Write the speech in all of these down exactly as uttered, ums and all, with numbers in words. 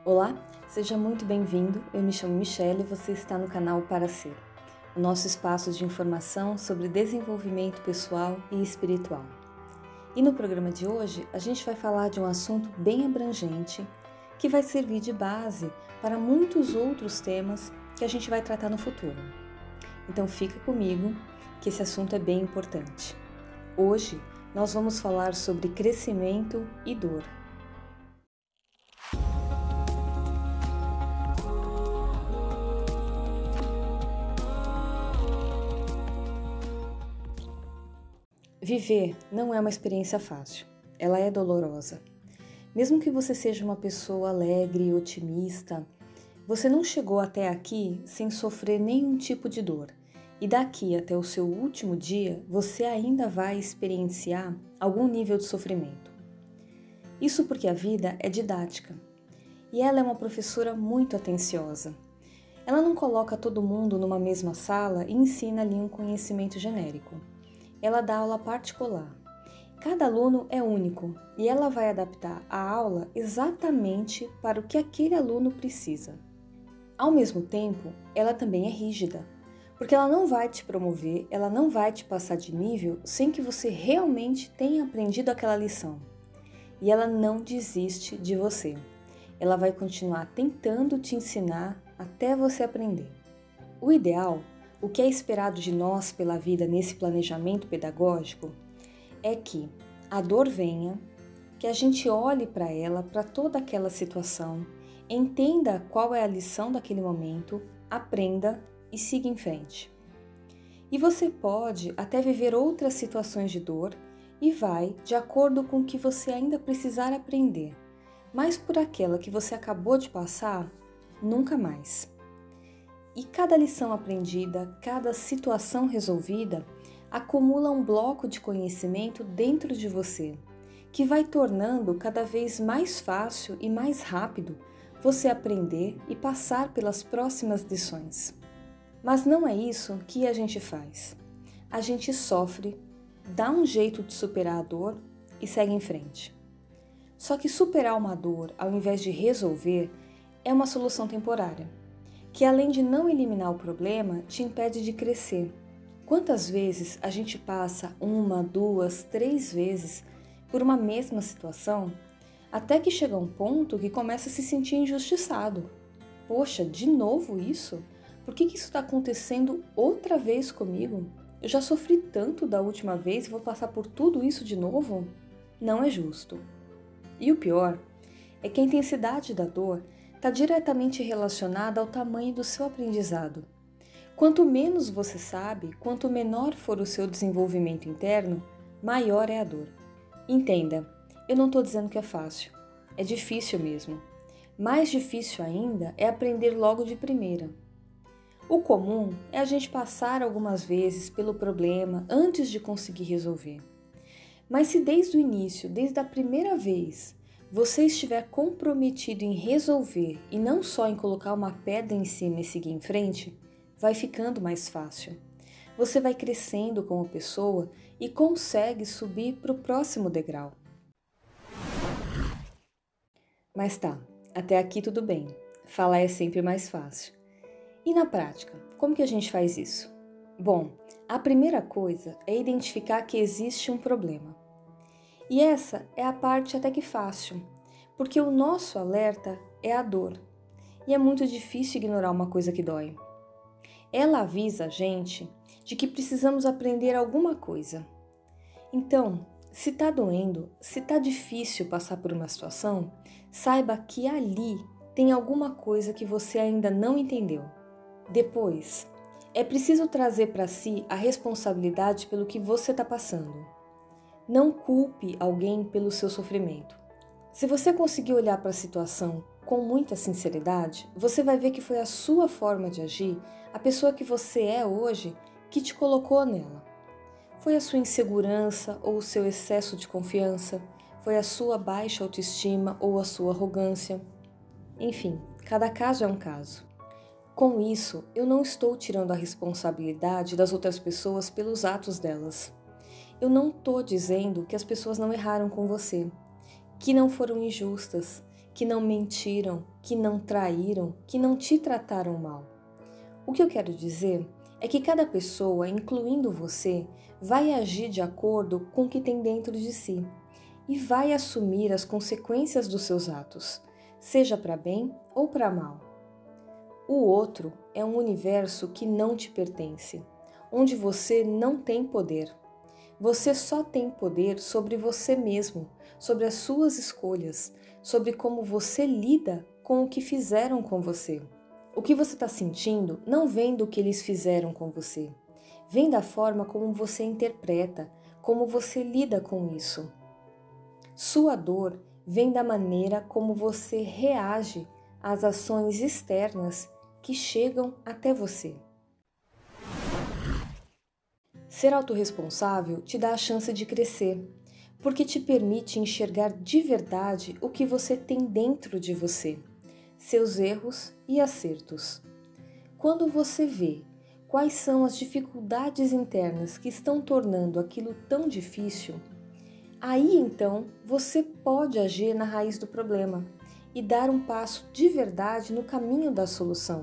Olá, seja muito bem-vindo. Eu me chamo Michelle e você está no canal Para Ser, o nosso espaço de informação sobre desenvolvimento pessoal e espiritual. E no programa de hoje, a gente vai falar de um assunto bem abrangente que vai servir de base para muitos outros temas que a gente vai tratar no futuro. Então fica comigo, que esse assunto é bem importante. Hoje, nós vamos falar sobre crescimento e dor. Viver não é uma experiência fácil, ela é dolorosa. Mesmo que você seja uma pessoa alegre e otimista, você não chegou até aqui sem sofrer nenhum tipo de dor. E daqui até o seu último dia, você ainda vai experienciar algum nível de sofrimento. Isso porque a vida é didática. E ela é uma professora muito atenciosa. Ela não coloca todo mundo numa mesma sala e ensina ali um conhecimento genérico. Ela dá aula particular. Cada aluno é único e ela vai adaptar a aula exatamente para o que aquele aluno precisa. Ao mesmo tempo, ela também é rígida, porque ela não vai te promover, ela não vai te passar de nível sem que você realmente tenha aprendido aquela lição. E ela não desiste de você. Ela vai continuar tentando te ensinar até você aprender. O ideal, o que é esperado de nós pela vida nesse planejamento pedagógico, é que a dor venha, que a gente olhe para ela, para toda aquela situação, entenda qual é a lição daquele momento, aprenda e siga em frente. E você pode até viver outras situações de dor e vai de acordo com o que você ainda precisar aprender, mas por aquela que você acabou de passar, nunca mais. E cada lição aprendida, cada situação resolvida, acumula um bloco de conhecimento dentro de você, que vai tornando cada vez mais fácil e mais rápido você aprender e passar pelas próximas lições. Mas não é isso que a gente faz. A gente sofre, dá um jeito de superar a dor e segue em frente. Só que superar uma dor, ao invés de resolver, é uma solução temporária, que além de não eliminar o problema, te impede de crescer. Quantas vezes a gente passa uma, duas, três vezes por uma mesma situação, até que chega um ponto que começa a se sentir injustiçado. Poxa, de novo isso? Por que que isso está acontecendo outra vez comigo? Eu já sofri tanto da última vez e vou passar por tudo isso de novo? Não é justo. E o pior é que a intensidade da dor está diretamente relacionada ao tamanho do seu aprendizado. Quanto menos você sabe, quanto menor for o seu desenvolvimento interno, maior é a dor. Entenda, eu não estou dizendo que é fácil, é difícil mesmo. Mais difícil ainda é aprender logo de primeira. O comum é a gente passar algumas vezes pelo problema antes de conseguir resolver. Mas se desde o início, desde a primeira vez, você estiver comprometido em resolver e não só em colocar uma pedra em cima e seguir em frente, vai ficando mais fácil. Você vai crescendo como pessoa e consegue subir para o próximo degrau. Mas tá, até aqui tudo bem. Falar é sempre mais fácil. E na prática, como que a gente faz isso? Bom, a primeira coisa é identificar que existe um problema. E essa é a parte até que fácil, porque o nosso alerta é a dor. E é muito difícil ignorar uma coisa que dói. Ela avisa a gente de que precisamos aprender alguma coisa. Então, se está doendo, se está difícil passar por uma situação, saiba que ali tem alguma coisa que você ainda não entendeu. Depois, é preciso trazer para si a responsabilidade pelo que você está passando. Não culpe alguém pelo seu sofrimento. Se você conseguir olhar para a situação com muita sinceridade, você vai ver que foi a sua forma de agir, a pessoa que você é hoje, que te colocou nela. Foi a sua insegurança ou o seu excesso de confiança, foi a sua baixa autoestima ou a sua arrogância. Enfim, cada caso é um caso. Com isso, eu não estou tirando a responsabilidade das outras pessoas pelos atos delas. Eu não estou dizendo que as pessoas não erraram com você, que não foram injustas, que não mentiram, que não traíram, que não te trataram mal. O que eu quero dizer é que cada pessoa, incluindo você, vai agir de acordo com o que tem dentro de si e vai assumir as consequências dos seus atos, seja para bem ou para mal. O outro é um universo que não te pertence, onde você não tem poder. Você só tem poder sobre você mesmo, sobre as suas escolhas, sobre como você lida com o que fizeram com você. O que você está sentindo não vem do que eles fizeram com você, vem da forma como você interpreta, como você lida com isso. Sua dor vem da maneira como você reage às ações externas que chegam até você. Ser autorresponsável te dá a chance de crescer, porque te permite enxergar de verdade o que você tem dentro de você, seus erros e acertos. Quando você vê quais são as dificuldades internas que estão tornando aquilo tão difícil, aí então você pode agir na raiz do problema e dar um passo de verdade no caminho da solução.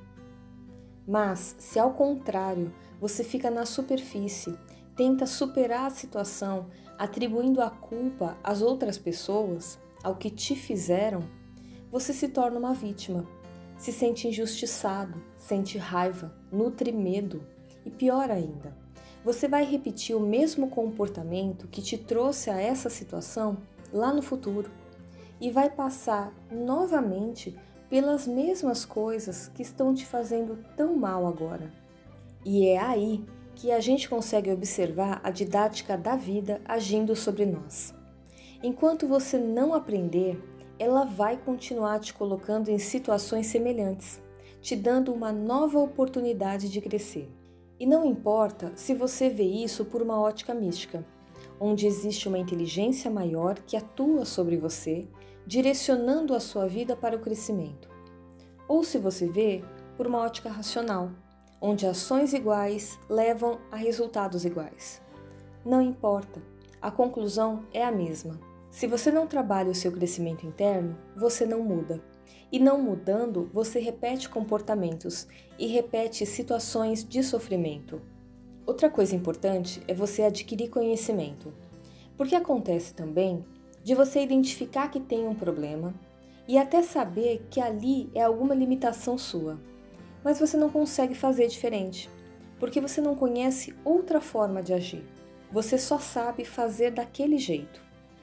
Mas, se ao contrário, você fica na superfície, tenta superar a situação, atribuindo a culpa às outras pessoas, ao que te fizeram, você se torna uma vítima, se sente injustiçado, sente raiva, nutre medo e pior ainda, você vai repetir o mesmo comportamento que te trouxe a essa situação lá no futuro e vai passar novamente pelas mesmas coisas que estão te fazendo tão mal agora. E é aí que a gente consegue observar a didática da vida agindo sobre nós. Enquanto você não aprender, ela vai continuar te colocando em situações semelhantes, te dando uma nova oportunidade de crescer. E não importa se você vê isso por uma ótica mística, onde existe uma inteligência maior que atua sobre você, direcionando a sua vida para o crescimento. Ou se você vê por uma ótica racional, onde ações iguais levam a resultados iguais. Não importa, a conclusão é a mesma. Se você não trabalha o seu crescimento interno, você não muda. E não mudando, você repete comportamentos e repete situações de sofrimento. Outra coisa importante é você adquirir conhecimento, porque acontece também de você identificar que tem um problema e até saber que ali é alguma limitação sua, mas você não consegue fazer diferente, porque você não conhece outra forma de agir. Você só sabe fazer daquele jeito.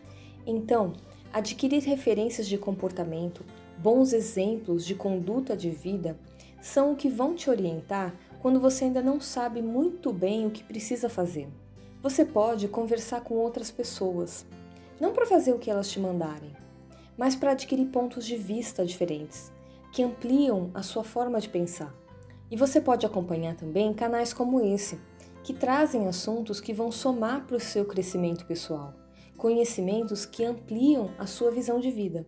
Então, adquirir referências de comportamento, bons exemplos de conduta de vida, são o que vão te orientar quando você ainda não sabe muito bem o que precisa fazer. Você pode conversar com outras pessoas, não para fazer o que elas te mandarem, mas para adquirir pontos de vista diferentes, que ampliam a sua forma de pensar. E você pode acompanhar também canais como esse, que trazem assuntos que vão somar para o seu crescimento pessoal, conhecimentos que ampliam a sua visão de vida.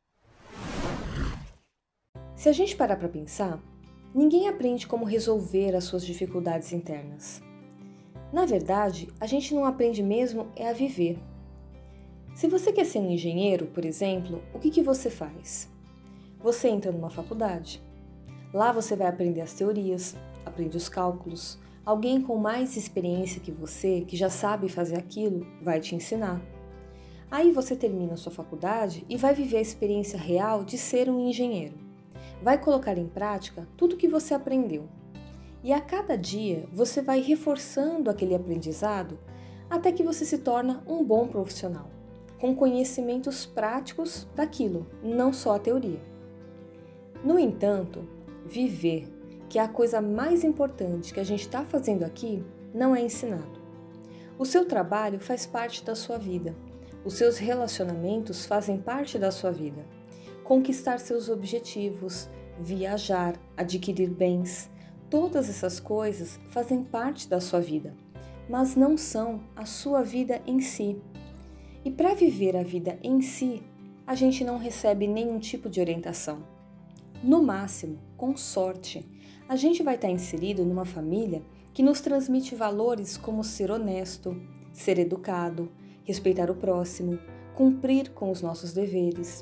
Se a gente parar para pensar, ninguém aprende como resolver as suas dificuldades internas. Na verdade, a gente não aprende mesmo é a viver. Se você quer ser um engenheiro, por exemplo, o que que você faz? Você entra numa faculdade. Lá você vai aprender as teorias, aprende os cálculos. Alguém com mais experiência que você, que já sabe fazer aquilo, vai te ensinar. Aí você termina a sua faculdade e vai viver a experiência real de ser um engenheiro. Vai colocar em prática tudo o que você aprendeu. E a cada dia você vai reforçando aquele aprendizado até que você se torna um bom profissional, com conhecimentos práticos daquilo, não só a teoria. No entanto, viver, que é a coisa mais importante que a gente está fazendo aqui, não é ensinado. O seu trabalho faz parte da sua vida, os seus relacionamentos fazem parte da sua vida. Conquistar seus objetivos, viajar, adquirir bens, todas essas coisas fazem parte da sua vida, mas não são a sua vida em si. E para viver a vida em si, a gente não recebe nenhum tipo de orientação. No máximo, com sorte, a gente vai estar inserido numa família que nos transmite valores como ser honesto, ser educado, respeitar o próximo, cumprir com os nossos deveres,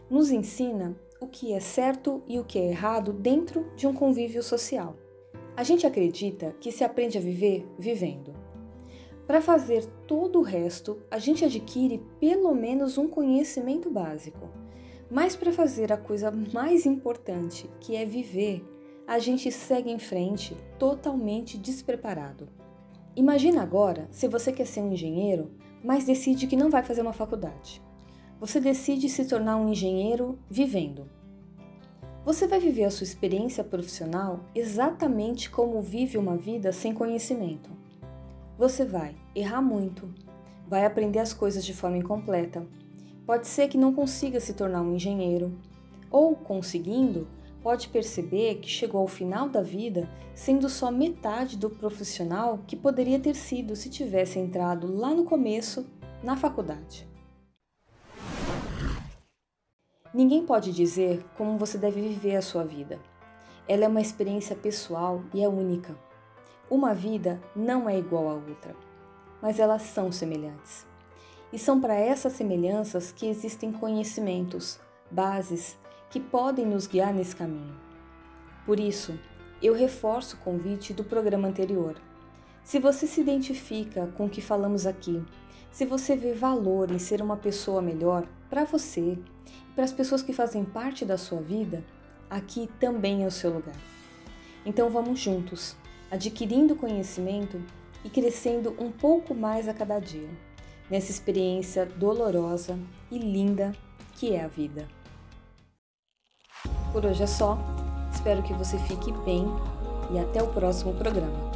nos ensina o que é certo e o que é errado dentro de um convívio social. A gente acredita que se aprende a viver vivendo. Para fazer todo o resto, a gente adquire pelo menos um conhecimento básico. Mas para fazer a coisa mais importante, que é viver, a gente segue em frente totalmente despreparado. Imagina agora se você quer ser um engenheiro, mas decide que não vai fazer uma faculdade. Você decide se tornar um engenheiro vivendo. Você vai viver a sua experiência profissional exatamente como vive uma vida sem conhecimento. Você vai errar muito, vai aprender as coisas de forma incompleta. Pode ser que não consiga se tornar um engenheiro, ou, conseguindo, pode perceber que chegou ao final da vida sendo só metade do profissional que poderia ter sido se tivesse entrado lá no começo, na faculdade. Ninguém pode dizer como você deve viver a sua vida. Ela é uma experiência pessoal e é única. Uma vida não é igual à outra, mas elas são semelhantes. E são para essas semelhanças que existem conhecimentos, bases, que podem nos guiar nesse caminho. Por isso, eu reforço o convite do programa anterior. Se você se identifica com o que falamos aqui, se você vê valor em ser uma pessoa melhor para você e para as pessoas que fazem parte da sua vida, aqui também é o seu lugar. Então vamos juntos, adquirindo conhecimento e crescendo um pouco mais a cada dia, nessa experiência dolorosa e linda que é a vida. Por hoje é só, espero que você fique bem e até o próximo programa.